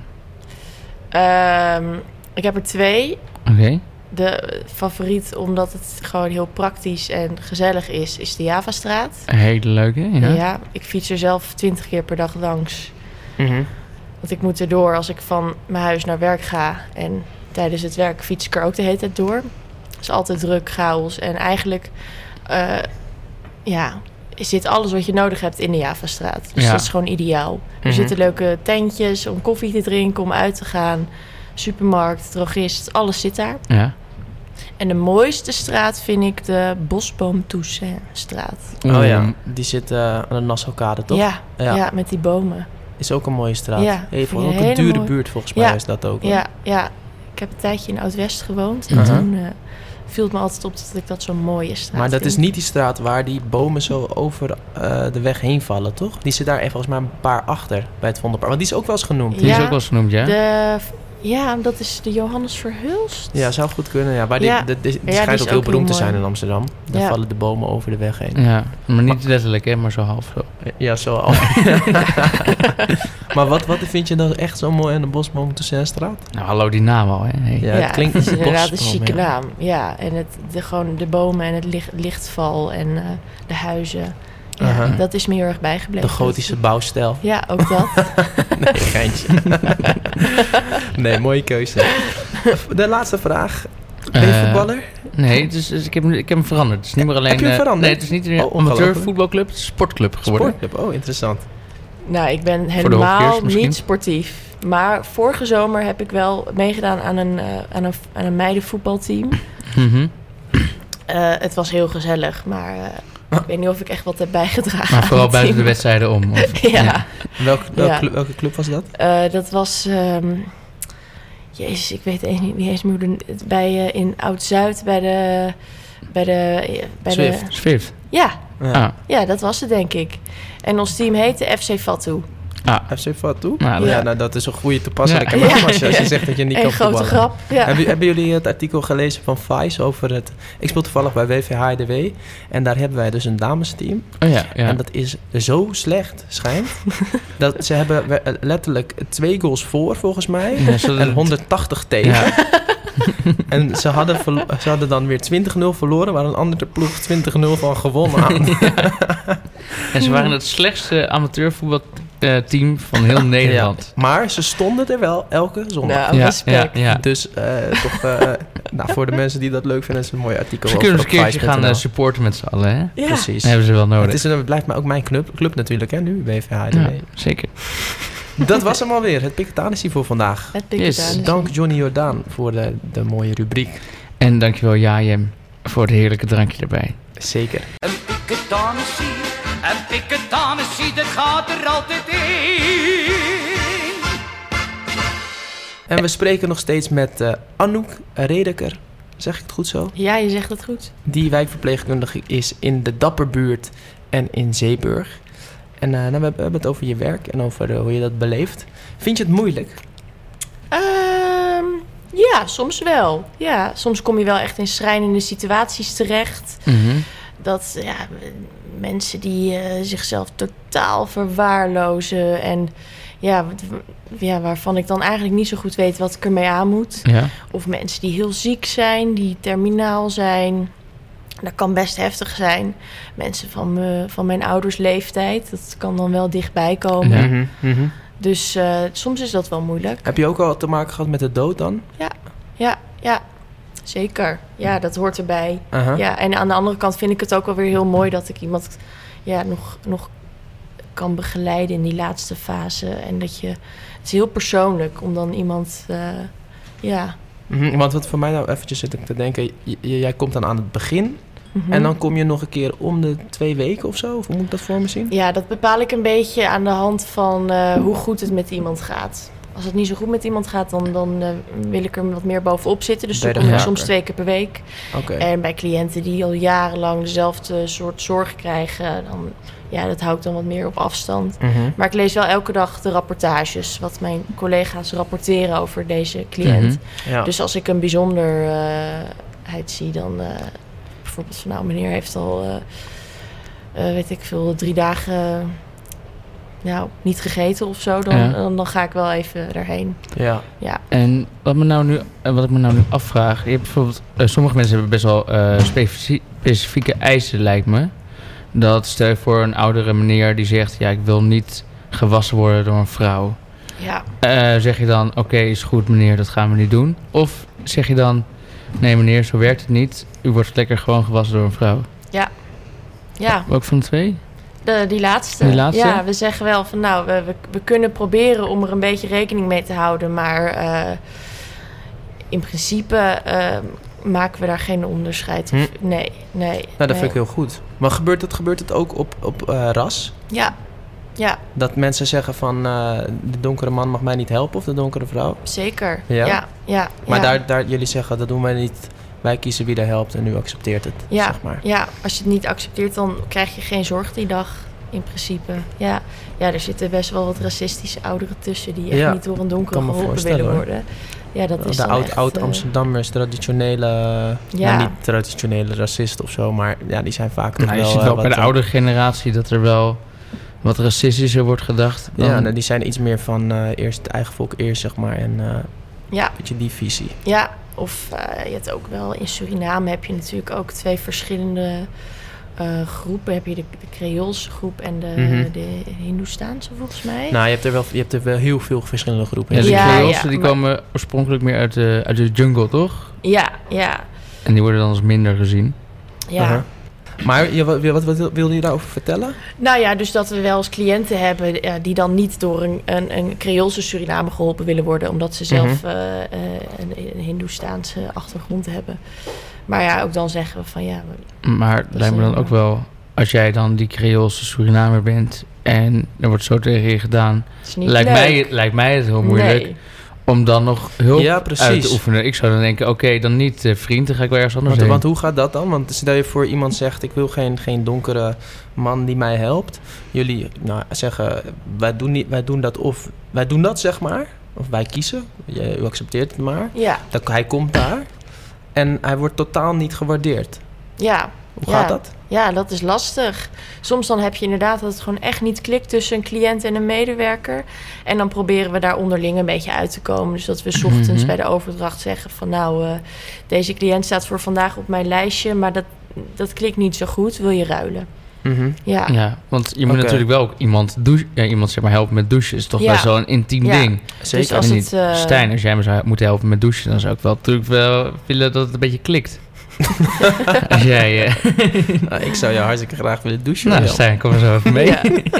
Um, ik heb er twee. Oké. Okay. De favoriet, omdat het gewoon heel praktisch en gezellig is, is de Javastraat. Een hele leuke, ja. Ja, ik fiets er zelf twintig keer per dag langs. Mm-hmm. Want ik moet erdoor als ik van mijn huis naar werk ga. En tijdens het werk fiets ik er ook de hele tijd door. Het is altijd druk, chaos. En eigenlijk uh, ja, zit alles wat je nodig hebt in de Javastraat. Dus ja. dat is gewoon ideaal. Er Mm-hmm. zitten leuke tentjes om koffie te drinken, om uit te gaan. Supermarkt, drogist, alles zit daar. Ja. En de mooiste straat vind ik de Bosboom Toussaint straat. Oh ja, die zit uh, aan de Nassaukade, toch? Ja, Ja. ja, met die bomen. Is ook een mooie straat. Ja, Hey, vind ook je een hele dure mooie- buurt volgens mij Ja. is dat ook. hoor. Ja, ja, ik heb een tijdje in Oud-West gewoond. En Uh-huh. toen uh, viel het me altijd op dat ik dat zo'n mooie straat Maar dat vind. is niet die straat waar die bomen zo over uh, de weg heen vallen, toch? Die zit daar even volgens mij een paar achter bij het Vondelpark. Want die is ook wel eens genoemd. Die Ja, is ook wel eens genoemd, ja? De, ja, dat is de Johannes Verhulst. Ja, zou goed kunnen. Ja, maar die, Ja. die, die, die die schijnt is ook heel ook beroemd te heel zijn mooi. in Amsterdam. Daar Ja. vallen de bomen over de weg heen. Ja, maar niet letterlijk, hè, maar zo half zo. Ja, zo al. Maar wat, wat vind je dan echt zo mooi aan de Bosboom Toussaintstraat? Nou, hallo, die naam al, hè? Hey. Ja, Ja, het klinkt het is inderdaad een Bosboom, chique ja. naam. Ja, en het, de, gewoon de bomen en het licht, lichtval en uh, de huizen. Ja, Uh-huh. dat is me heel erg bijgebleven. De gotische bouwstijl. Ja, ook dat. Nee, geintje. Nee, mooie keuze. De laatste vraag. Ben je Eh, voetballer? Nee, het is, dus ik, heb, hem- ik heb hem veranderd. Het is niet meer alleen... Heb je hem eh, veranderd? Nee, het is niet een Oh, ongelooflijk. amateurvoetbalclub, het is een sportclub geworden. Sportclub, oh interessant. Nou, ik ben de helemaal hockeyers misschien? niet sportief. Maar vorige zomer heb ik wel meegedaan aan een, uh, aan een, aan een meidenvoetbalteam. Mhm. Uh, het was heel gezellig, maar uh, ik weet niet of ik echt wat heb bijgedragen. Maar aan vooral het buiten de team. wedstrijden om. Of, Ja, Welk, welk Ja. club, welke club was dat? uh, dat was... Um, jezus, ik weet eens niet, niet eens meer hoe de- het- bij uh, in Oud-Zuid bij de... Bij de, bij Zwift. de Swift. ja, Ja. Ah, Ja, dat was het denk ik. En ons team heette F C Fatou. ah. F C Fatou? Nou, Ja, Ja. nou, dat is een goede toepasselijke Ja. naam als je, als je zegt dat je niet Een kan grote voetballen. grap. Ja. Hebben, hebben jullie het artikel gelezen van Vice over het... Ik speel toevallig bij W V H D W. En daar hebben wij dus een damesteam. Oh ja, ja. En dat is zo slecht, schijnt. dat ze hebben we- letterlijk twee goals voor, volgens mij. Ja, ze- En honderdtachtig tegen. Ja. En ze hadden, verlo- ze hadden dan weer twintig nul verloren... waar een andere ploeg twintig nul van gewonnen had. En ze waren het slechtste amateurvoetbalteam van heel Nederland. Ja, maar ze stonden er wel elke zondag. Nou, Ja, respect. ja, ja. Dus eh, toch, eh, nou, voor de mensen die dat leuk vinden, is het een mooi artikel. Ze over kunnen eens een op keertje vice punt n l. gaan uh, supporten met z'n allen, hè? Ja. Precies. Dat hebben ze wel nodig. Het, is een, het blijft maar ook mijn club, club natuurlijk, hè, nu, W V H D W. Ja, zeker. Dat was hem alweer, het Piketanissie voor vandaag. Het Yes. piketanissie. Dank Johnny Jordaan voor de, de mooie rubriek. En dankjewel Jajem voor het heerlijke drankje erbij. Zeker. Een piketanissie, een piketanissie, dat gaat er altijd in. En we spreken nog steeds met uh, Anouk Redeker. Zeg ik het goed zo? Ja, je zegt het goed. Die wijkverpleegkundige is in de Dapperbuurt en in Zeeburg. En uh, nou, we hebben het over je werk en over uh, hoe je dat beleeft. Vind je het moeilijk? Ehm, ja, soms wel. Ja, soms kom je wel echt in schrijnende situaties terecht. Mhm. Dat ja, mensen die uh, zichzelf totaal verwaarlozen en ja, wat- ja, waarvan ik dan eigenlijk niet zo goed weet wat ik ermee aan moet. Ja. Of mensen die heel ziek zijn, die terminaal zijn. Dat kan best heftig zijn. Mensen van, me, van mijn ouders leeftijd, dat kan dan wel dichtbij komen. Ja. Mhm, mhm. Dus uh, soms is dat wel moeilijk. Heb je ook al te maken gehad met de dood dan? Ja, ja, zeker. Ja, dat hoort erbij. Aha. Ja, en aan de andere kant vind ik het ook wel weer heel mooi dat ik iemand ja, nog, nog kan begeleiden in die laatste fase. En dat je, het is heel persoonlijk om dan iemand, uh, ja. Mhm, want wat voor mij nou eventjes zit ik te denken, j- j- jij komt dan aan het begin mhm. en dan kom je nog een keer om de twee weken of zo? Of hoe moet ik dat voor me zien? Ja, dat bepaal ik een beetje aan de hand van uh, hoe goed het met iemand gaat. Als het niet zo goed met iemand gaat, dan, dan uh, wil ik er wat meer bovenop zitten. Dus dan Ben je kom er ik vaker? soms twee keer per week. Oké. En bij cliënten die al jarenlang dezelfde soort zorg krijgen, dan, ja, dat hou ik dan wat meer op afstand. Mhm. Maar ik lees wel elke dag de rapportages, wat mijn collega's rapporteren over deze cliënt. Mhm. Ja. Dus als ik een bijzonderheid zie, dan uh, bijvoorbeeld van nou, meneer heeft al, uh, uh, weet ik veel, drie dagen nou, niet gegeten of zo, dan, Ja. dan, dan ga ik wel even erheen. ja. Ja, En wat, me nou nu, eh, wat ik me nou nu afvraag... Je hebt bijvoorbeeld, eh, sommige mensen hebben best wel eh, specifie- specifieke eisen, lijkt me. Dat stel je voor een oudere meneer die zegt... ja, ik wil niet gewassen worden door een vrouw. ja. Eh, zeg je dan, oké, is goed meneer, dat gaan we niet doen? Of zeg je dan, nee meneer, zo werkt het niet. U wordt lekker gewoon gewassen door een vrouw. ja. Welk van de twee? De, die laatste. Die laatste? Ja, we zeggen wel van nou, we, we, we kunnen proberen om er een beetje rekening mee te houden. Maar uh, in principe uh, maken we daar geen onderscheid. Hm. Of, nee, nee. Nou, dat nee. vind ik heel goed. Maar gebeurt het, gebeurt het ook op, op uh, ras? Ja, ja, Dat mensen zeggen van uh, de donkere man mag mij niet helpen of de donkere vrouw? zeker. Ja? Ja, ja. Maar ja. daar, daar jullie zeggen dat doen wij niet. Wij kiezen wie er helpt en u accepteert het, ja, zeg maar. ja, als je het niet accepteert, dan krijg je geen zorg die dag. In principe, ja. Ja, er zitten best wel wat racistische ouderen tussen... die echt Ja, niet door een donkere kan me geholpen voorstellen, willen hoor. worden. Ja, dat is de dan oud, echt, oud uh, Amsterdammers, traditionele, Ja. ja. niet traditionele racisten of zo, maar ja, die zijn vaak toch Nou, je wel... ziet eh, wel bij wat, de eh, oudere generatie dat er wel wat racistischer wordt gedacht. Dan, Ja, nou, die zijn iets meer van uh, eerst het eigen volk eerst, zeg maar, en uh, Ja, een beetje die visie. ja. Of uh, je hebt ook wel in Suriname heb je natuurlijk ook twee verschillende uh, groepen. Heb je de, de Creoolse groep en de, Mhm. de Hindoestaanse volgens mij. Nou, je hebt er wel, je hebt er wel heel veel verschillende groepen. Ja, in. de Ja, Creoolse ja, die maar- komen oorspronkelijk meer uit de, uit de jungle, toch? Ja, ja, En die worden dan als minder gezien. ja. Uh-huh. Maar je, wat, wat, wat wilde je daarover vertellen? Nou ja, dus dat we wel eens cliënten hebben ja, die dan niet door een, een, een Creoolse Suriname geholpen willen worden, omdat ze zelf Mhm. uh, uh, een, een Hindoestaanse achtergrond hebben. Maar ja, ook dan zeggen we van ja, we- Maar het is lijkt me dan een- ook wel, als jij dan die Creoolse Surinamer bent en er wordt zo tegen je gedaan, het is niet lijkt leuk. mij, lijkt mij het heel moeilijk Nee. om dan nog hulp Ja, precies. uit te oefenen. Ik zou dan denken, oké, okay, dan niet uh, vriend, dan ga ik wel ergens anders Want, heen. want hoe gaat dat dan? Want stel je voor iemand zegt, ik wil geen, geen donkere man die mij helpt. Jullie nou, zeggen, wij doen, niet, wij doen dat of wij doen dat, zeg maar. Of wij kiezen. Je, u accepteert het maar. Ja. Dat, hij komt daar en hij wordt totaal niet gewaardeerd. Ja. Hoe ja. gaat dat? Ja, dat is lastig. Soms dan heb je inderdaad dat het gewoon echt niet klikt tussen een cliënt en een medewerker. En dan proberen we daar onderling een beetje uit te komen. Dus dat we 's ochtends mm-hmm. bij de overdracht zeggen van nou, uh, deze cliënt staat voor vandaag op mijn lijstje, maar dat, dat klikt niet zo goed. Wil je ruilen? Mm-hmm. Ja. ja, want je moet okay. natuurlijk wel ook iemand, douche, ja, iemand zeg maar, helpen met douchen. Is toch ja. best wel een intiem ja. ding. Zeker. Dus als en het, niet, uh... Stijn, als jij me zou moeten helpen met douchen, dan zou ik wel natuurlijk wel willen dat het een beetje klikt. Als jij, uh... nou, ik zou jou hartstikke graag willen douchen. Nou, Stijn, kom er zo even mee. Ja. Nee,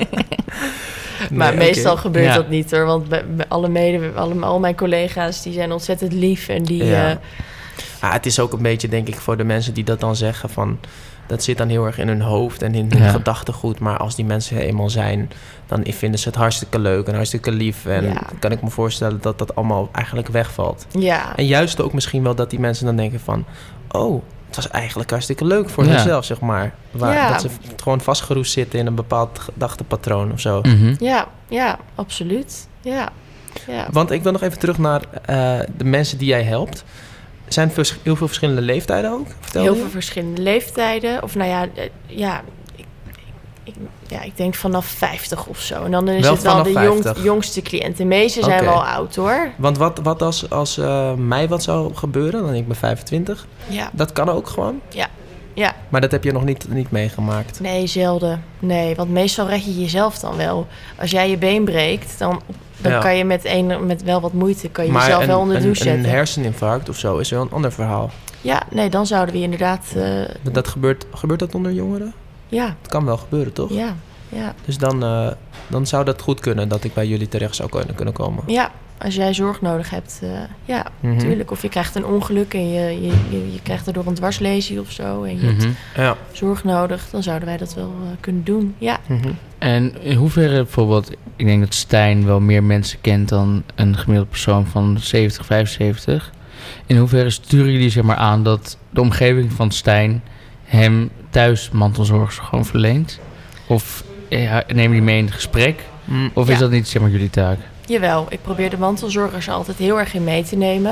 maar meestal okay. gebeurt ja. dat niet hoor. Want bij, bij alle mede, alle, al mijn collega's die zijn ontzettend lief. En die, ja. uh... ah, het is ook een beetje, denk ik, voor de mensen die dat dan zeggen van, dat zit dan heel erg in hun hoofd en in hun ja. gedachtegoed. Maar als die mensen eenmaal zijn, dan vinden ze het hartstikke leuk en hartstikke lief. En ja. kan ik me voorstellen dat dat allemaal eigenlijk wegvalt. Ja. En juist ook misschien wel dat die mensen dan denken van, oh, het was eigenlijk hartstikke leuk voor ja. hunzelf, zeg maar. Waar, ja. Dat ze gewoon vastgeroest zitten in een bepaald gedachtepatroon of zo. Mm-hmm. Ja, ja, absoluut. Ja. Ja. Want ik wil nog even terug naar uh, de mensen die jij helpt. Zijn vers- heel veel verschillende leeftijden ook? Vertel heel je? veel verschillende leeftijdden. Of nou ja, uh, ja, ik, ik, ja, ik denk vanaf vijftig of zo. En dan is wel het wel de jong, jongste cliënt. De meeste zijn okay. wel oud hoor. Want wat, wat als, als uh, mij wat zou gebeuren, dan ik ben vijfentwintig. Ja. Dat kan ook gewoon? Ja. Ja. Maar dat heb je nog niet, niet meegemaakt? Nee, zelden. Nee, want meestal red je jezelf dan wel. Als jij je been breekt, dan, dan ja. kan je met, een, met wel wat moeite kan je maar jezelf een, wel onder de douche zetten. zetten. Maar een herseninfarct of zo is wel een ander verhaal. Ja, nee, dan zouden we inderdaad... Uh, dat gebeurt, gebeurt dat onder jongeren? Ja. Het kan wel gebeuren, toch? Ja, ja. Dus dan, uh, dan zou dat goed kunnen, dat ik bij jullie terecht zou kunnen, kunnen komen. Ja, als jij zorg nodig hebt, uh, ja, mm-hmm. tuurlijk. Of je krijgt een ongeluk en je, je, je, je krijgt er door een dwarslesie of zo... en je mm-hmm. hebt ja. zorg nodig, dan zouden wij dat wel uh, kunnen doen, ja. Mm-hmm. En in hoeverre bijvoorbeeld... Ik denk dat Stijn wel meer mensen kent dan een gemiddelde persoon van zeventig, vijfenzeventig. In hoeverre sturen jullie zeg maar aan dat de omgeving van Stijn hem thuis mantelzorg gewoon verleent? Of ja, nemen die mee in het gesprek? Mm. Of is ja. dat niet zeg maar jullie taak? Jawel, ik probeer de mantelzorgers er altijd heel erg in mee te nemen.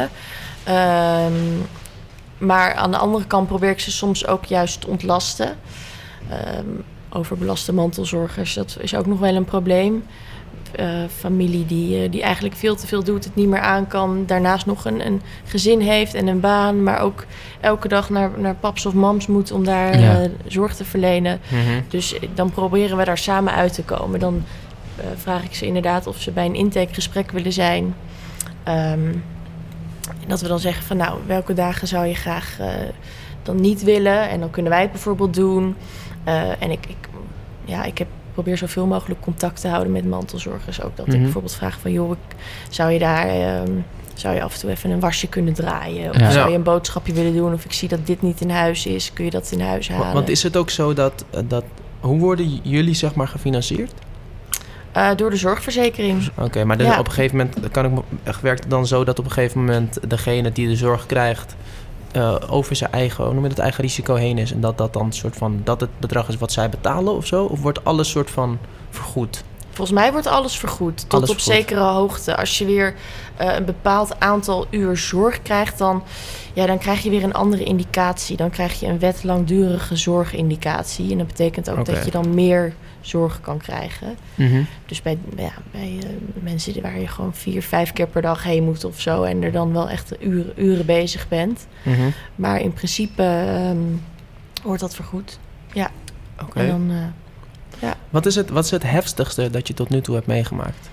Um, maar aan de andere kant probeer ik ze soms ook juist te ontlasten. Um, overbelaste mantelzorgers, dat is ook nog wel een probleem. Uh, familie die, uh, die eigenlijk veel te veel doet, het niet meer aan kan. Daarnaast nog een, een gezin heeft en een baan. Maar ook elke dag naar, naar paps of mams moet om daar ja. uh, zorg te verlenen. Mm-hmm. Dus dan proberen we daar samen uit te komen. Dan uh, vraag ik ze inderdaad of ze bij een intakegesprek willen zijn. Um, dat we dan zeggen van nou, welke dagen zou je graag uh, dan niet willen? En dan kunnen wij het bijvoorbeeld doen. Uh, en ik, ik, ja, ik heb probeer zoveel mogelijk contact te houden met mantelzorgers. Ook dat mm-hmm. ik bijvoorbeeld vraag van... joh, ik, zou je daar... Um, zou je af en toe even een wasje kunnen draaien? Of ja. zou je een boodschapje willen doen? Of ik zie dat dit niet in huis is. Kun je dat in huis halen? Want is het ook zo dat... dat hoe worden jullie zeg maar gefinancierd? Uh, door de zorgverzekering. Oké, okay, maar dus ja. op een gegeven moment... kan ik werkt het dan zo dat op een gegeven moment... degene die de zorg krijgt... Uh, over zijn eigen, hoe noem je het, eigen risico heen is. En dat dat dan soort van, dat het bedrag is wat zij betalen of zo? Of wordt alles soort van vergoed? Volgens mij wordt alles vergoed. Tot alles op vergoed. Zekere hoogte. Als je weer uh, een bepaald aantal uur zorg krijgt, dan, ja, dan krijg je weer een andere indicatie. Dan krijg je een wet langdurige zorgindicatie. En dat betekent ook okay. dat je dan meer zorg kan krijgen. Mm-hmm. Dus bij, ja, bij uh, mensen waar je gewoon vier, vijf keer per dag heen moet of zo... en er dan wel echt uren, uren bezig bent. Mm-hmm. Maar in principe um, wordt dat vergoed. Ja. Oké. Okay. Uh, ja. Wat is het, wat is het heftigste dat je tot nu toe hebt meegemaakt?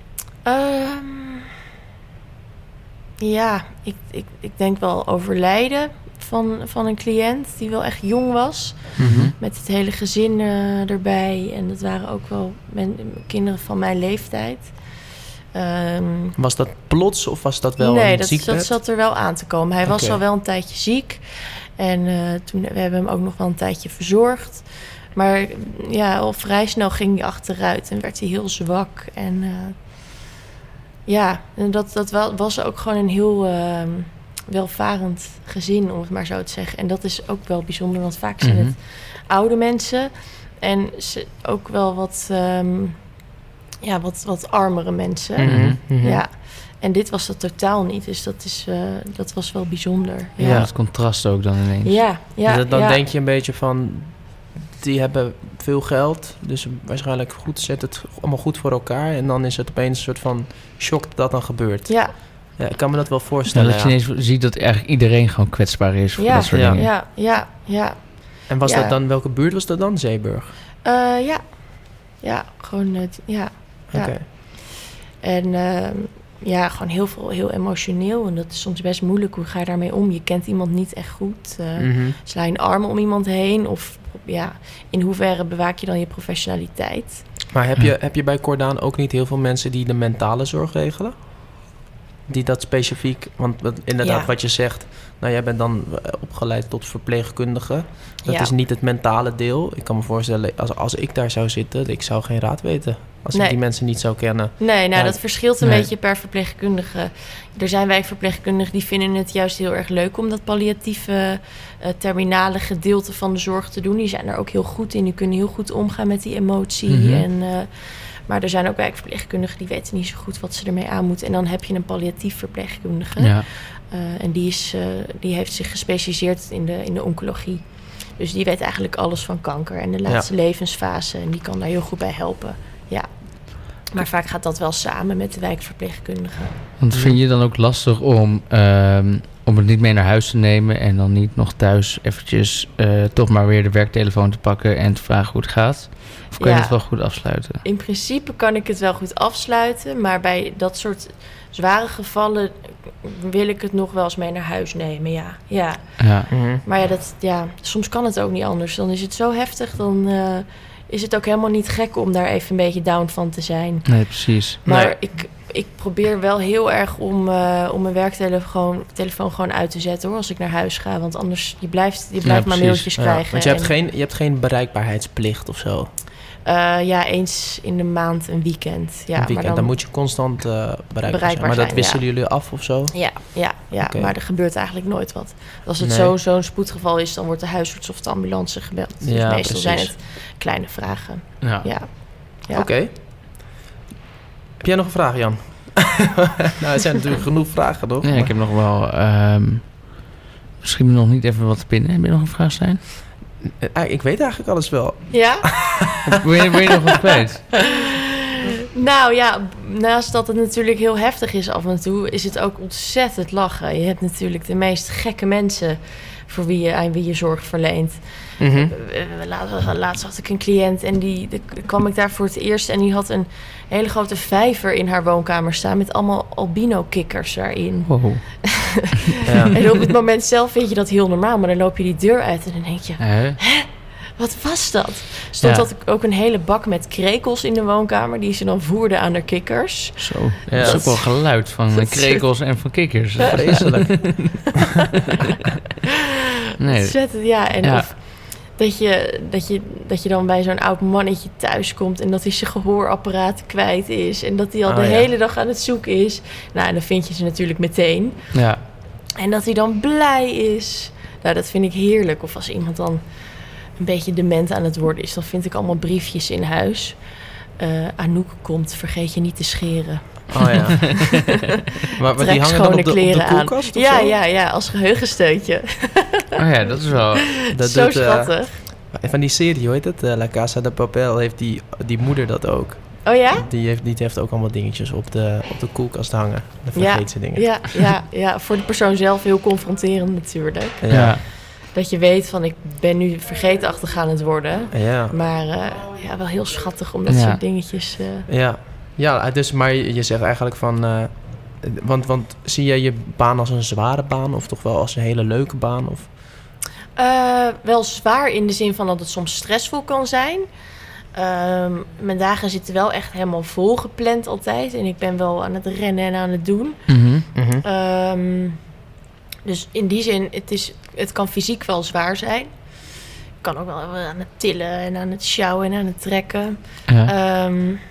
Um, ja, ik, ik, ik denk wel overlijden van, van een cliënt die wel echt jong was. Mm-hmm. Met het hele gezin uh, erbij. En dat waren ook wel men, kinderen van mijn leeftijd. Um, was dat plots of was dat wel nee, een dat, ziekbed? dat zat er wel aan te komen. Hij was okay. al wel een tijdje ziek. En uh, toen, we hebben hem ook nog wel een tijdje verzorgd. Maar ja, al vrij snel ging hij achteruit en werd hij heel zwak. En uh, ja, en dat, dat wel, was ook gewoon een heel uh, welvarend gezin, om het maar zo te zeggen. En dat is ook wel bijzonder, want vaak zijn Mhm. het oude mensen en ze, ook wel wat, um, ja, wat, wat armere mensen. Mhm. Mhm. Ja, en dit was dat totaal niet, dus dat, is, uh, dat was wel bijzonder. Ja, Ja, het contrast ook dan ineens. ja, ja. Dus dan ja. denk je een beetje van, die hebben veel geld, dus waarschijnlijk goed, zet het allemaal goed voor elkaar. En dan is het opeens een soort van shock dat dat dan gebeurt. Ja, Ja, ik kan me dat wel Ja, voorstellen. dat je ja. ineens ziet dat eigenlijk iedereen gewoon kwetsbaar is voor ja, dat soort Ja. dingen. ja, ja, ja. En was Ja. dat dan, welke buurt was dat dan? Zeeburg? Uh, ja. Ja, gewoon, uh, ja. Ja. Oké. En uh, ja, gewoon heel veel, heel emotioneel. En dat is soms best moeilijk. Hoe ga je daarmee om? Je kent iemand niet echt goed. Uh, Mhm. Sla je een arm om iemand heen? Of ja, in hoeverre bewaak je dan je professionaliteit? Maar heb je, heb je bij Cordaan ook niet heel veel mensen die de mentale zorg regelen? Die dat specifiek, want wat- inderdaad Ja. wat je zegt, nou jij bent dan eh, opgeleid tot verpleegkundige. Dat Ja. is niet het mentale deel. Ik kan me voorstellen, als, als ik daar zou zitten, ik zou geen raad weten. Als Nee. ik die mensen niet zou kennen. Nee, nou, Ja, dat verschilt een nee. beetje per verpleegkundige. Er zijn wijkverpleegkundigen die vinden het juist heel erg leuk om dat palliatieve, uh, terminale gedeelte van de zorg te doen. Die zijn er ook heel goed in. Die kunnen heel goed omgaan met die emotie. Mhm. En, uh, maar er zijn ook wijkverpleegkundigen die weten niet zo goed wat ze ermee aan moeten. En dan heb je een palliatief verpleegkundige. Ja. Uh, en die, is, uh, die heeft zich gespecialiseerd in de, in de oncologie. Dus die weet eigenlijk alles van kanker en de laatste levensfase. En die kan daar heel goed bij helpen. Ja. Maar vaak gaat dat wel samen met de wijkverpleegkundige. Want vind je dan ook lastig om, ehm, om het niet mee naar huis te nemen en dan niet nog thuis eventjes uh, toch maar weer de werktelefoon te pakken en te vragen hoe het gaat? Of kan je Ja. het wel goed afsluiten? In principe kan ik het wel goed afsluiten. Maar bij dat soort zware gevallen wil ik het nog wel eens mee naar huis nemen. Ja, ja. Ja. Maar ja, dat, ja, soms kan het ook niet anders. Dan is het zo heftig, dan uh, is het ook helemaal niet gek om daar even een beetje down van te zijn. Nee, precies. Maar Nee. ik, ik probeer wel heel erg om, uh, om mijn werktelefoon telefoon gewoon uit te zetten hoor, als ik naar huis ga. Want anders, je blijft, je blijft Ja, maar precies. mailtjes Ja, krijgen. want je hebt, En, geen, je hebt geen bereikbaarheidsplicht of zo. uh, ja, eens in de maand een weekend. Ja, een weekend. maar dan, dan, moet je constant uh, bereikbaar, Bereikbaar zijn. Maar dat zijn, wisselen ja. jullie af of zo? Ja, ja, ja. Oké. Maar er gebeurt eigenlijk nooit wat. Als het Nee. zo, zo'n spoedgeval is, dan wordt de huisarts of de ambulance gebeld. Dus Ja, meestal precies. zijn het kleine vragen. Ja. Ja. Ja. Oké. Heb jij nog een vraag, Jan? nou, er zijn natuurlijk genoeg vragen, toch? Ja, ik heb nog wel... ehm, misschien nog niet even wat te pinnen. Heb je nog een vraag, Stijn? Eh, Ik weet eigenlijk alles wel. Ja? Wil je, wil je nog wat kwijt? Nou ja, naast dat het natuurlijk heel heftig is af en toe, is het ook ontzettend lachen. Je hebt natuurlijk de meest gekke mensen voor wie je, aan wie je zorg verleent. Mhm. Uh, Laatst, laatst had ik een cliënt en die, die kwam ik daar voor het eerst en die had een hele grote vijver in haar woonkamer staan met allemaal albino-kikkers daarin. Wow. Ja. En op het moment zelf vind je dat heel normaal, maar dan loop je die deur uit en dan denk je, Hè? wat was dat? Stond Ja. dat ook een hele bak met krekels in de woonkamer die ze dan voerden aan de kikkers. Zo. Ja. Dat is ook wel geluid van Dat- krekels en van kikkers. Vreselijk. Nee. Ontzettend, ja. En Ja. of dat je, dat, je, dat je dan bij zo'n oud mannetje thuis komt en dat hij zijn gehoorapparaat kwijt is. En dat hij al Oh, de ja. hele dag aan het zoeken is. Nou, en dan vind je ze natuurlijk meteen. Ja. En dat hij dan blij is. Nou, dat vind ik heerlijk. Of als iemand dan een beetje dement aan het worden is, dan vind ik allemaal briefjes in huis. Uh, Anouk komt, vergeet je niet te scheren. Oh ja. maar, maar die Trek hangen dan schone op de, op kleren de koelkast aan. of Ja, zo? ja, ja, als geheugensteuntje. Oh ja, dat is wel... Dat Zo doet, eh, schattig. van die serie, hoe heet het? Uh, La Casa de Papel heeft die, die moeder dat ook. Oh ja? Die heeft, die heeft ook allemaal dingetjes op de, op de koelkast hangen. Dan Ja, vergeet ze dingen. ja, ja, ja, voor de persoon zelf heel confronterend natuurlijk. Ja. Ja. Dat je weet van, ik ben nu vergeetachtig aan het worden. Ja. Maar uh, ja, wel heel schattig om dat Ja. soort dingetjes... Uh... Ja. Ja, dus, maar je, je zegt eigenlijk van... Uh, want, want zie jij je baan als een zware baan of toch wel als een hele leuke baan? Of? Uh, wel zwaar in de zin van dat het soms stressvol kan zijn. Um, mijn dagen zitten wel echt helemaal vol gepland altijd. En ik ben wel aan het rennen en aan het doen. Mm-hmm. Mm-hmm. Um, dus in die zin, het, is, het kan fysiek wel zwaar zijn. Ik kan ook wel aan het tillen en aan het sjouwen en aan het trekken. Ja. Um,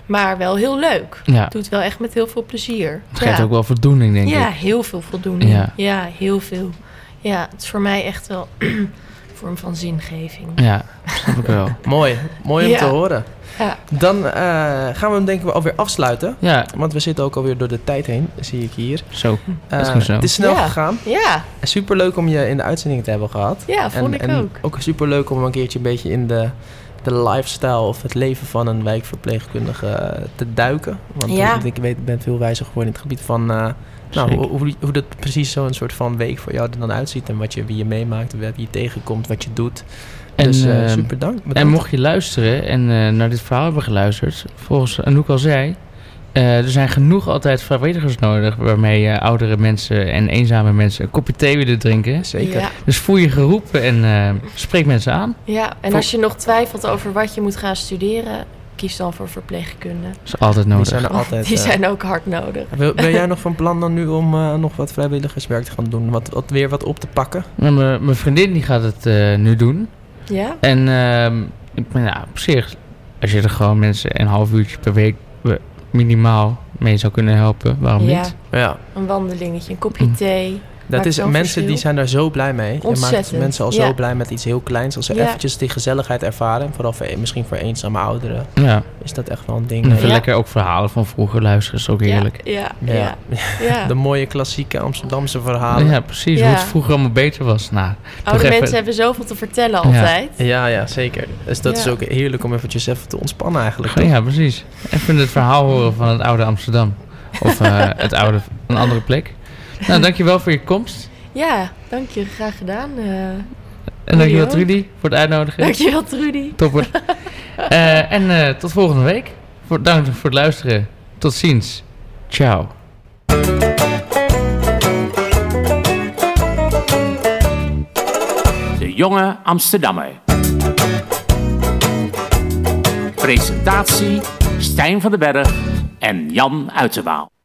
Maar wel heel leuk. Ja. Doet wel echt met heel veel plezier. Het geeft ja. ook wel voldoening, denk Ja, ik. heel veel voldoening. Ja. Ja. heel veel. Ja, het is voor mij echt wel een vorm van zingeving. Ja, snap ik wel. Mooi, mooi om Ja. te horen. Ja. Dan uh, gaan we hem denk ik wel alweer afsluiten. Ja, Want we zitten ook alweer door de tijd heen, zie ik hier. zo. Uh, Dat ging zo. Het is snel Ja. gegaan. Ja, Super leuk om je in de uitzending te hebben gehad. ja, vond en, ik en ook. ook super leuk om een keertje een beetje in de, de lifestyle of het leven van een wijkverpleegkundige te duiken. Want Ja. ik weet, ik ben veel wijzer geworden in het gebied van uh, nou, Zeker. hoe, hoe, hoe dat precies zo'n soort van week voor jou er dan uitziet. En wat je, wie je meemaakt, wie je tegenkomt, wat je doet. En, dus uh, uh, super dank. En bedankt. mocht je luisteren en uh, naar dit verhaal hebben geluisterd, volgens Anouk al zei, uh, er zijn genoeg altijd vrijwilligers nodig waarmee uh, oudere mensen en eenzame mensen een kopje thee willen drinken. Zeker. Ja. Dus voel je geroepen en uh, spreek mensen aan. Ja, en Vol- als je nog twijfelt over wat je moet gaan studeren, kies dan voor verpleegkunde. Dat is altijd Die nodig. zijn er altijd. Die uh, zijn ook hard nodig. wil, ben jij nog van plan dan nu om uh, nog wat vrijwilligerswerk te gaan doen? Wat, wat weer wat op te pakken? Nou, mijn mijn vriendin die gaat het uh, nu doen. Ja? En uh, ik ben ja, op zich, als je er gewoon mensen een half uurtje per week uh, minimaal mee zou kunnen helpen, waarom Ja. niet? Ja. Een wandelingetje, een kopje Mm. thee. Dat Maakt is, zo'n mensen verschil. die zijn daar zo blij mee. Je maakt Ontzettend, mensen al ja. zo blij met iets heel kleins. Als ze Ja. eventjes die gezelligheid ervaren. Vooral voor, misschien voor eenzame ouderen. Ja, Is dat echt wel een ding. en eh, even Ja. lekker ook verhalen van vroeger luisteren, is ook heerlijk. Ja, ja, Ja. ja. ja. De mooie klassieke Amsterdamse Ja, verhalen. precies. Ja. Hoe het vroeger allemaal beter was. Nou, Oude even- mensen hebben zoveel te vertellen altijd. Ja, ja, zeker. Dus dat Ja. is ook heerlijk om eventjes even te ontspannen eigenlijk. ja, precies. Even het verhaal horen van het oude Amsterdam. Of uh, het oude, een andere plek. Nou, dankjewel voor je komst. Ja, dank je. Graag gedaan. Uh, En dankjewel ook. Trudy voor het uitnodigen. dankjewel, Trudy. Topper. Uh, en uh, tot volgende week. Voor, dank voor het luisteren. Tot ziens. Ciao. De Jonge Amsterdammer. Presentatie Stijn van den Berg en Jan Uiterwaal.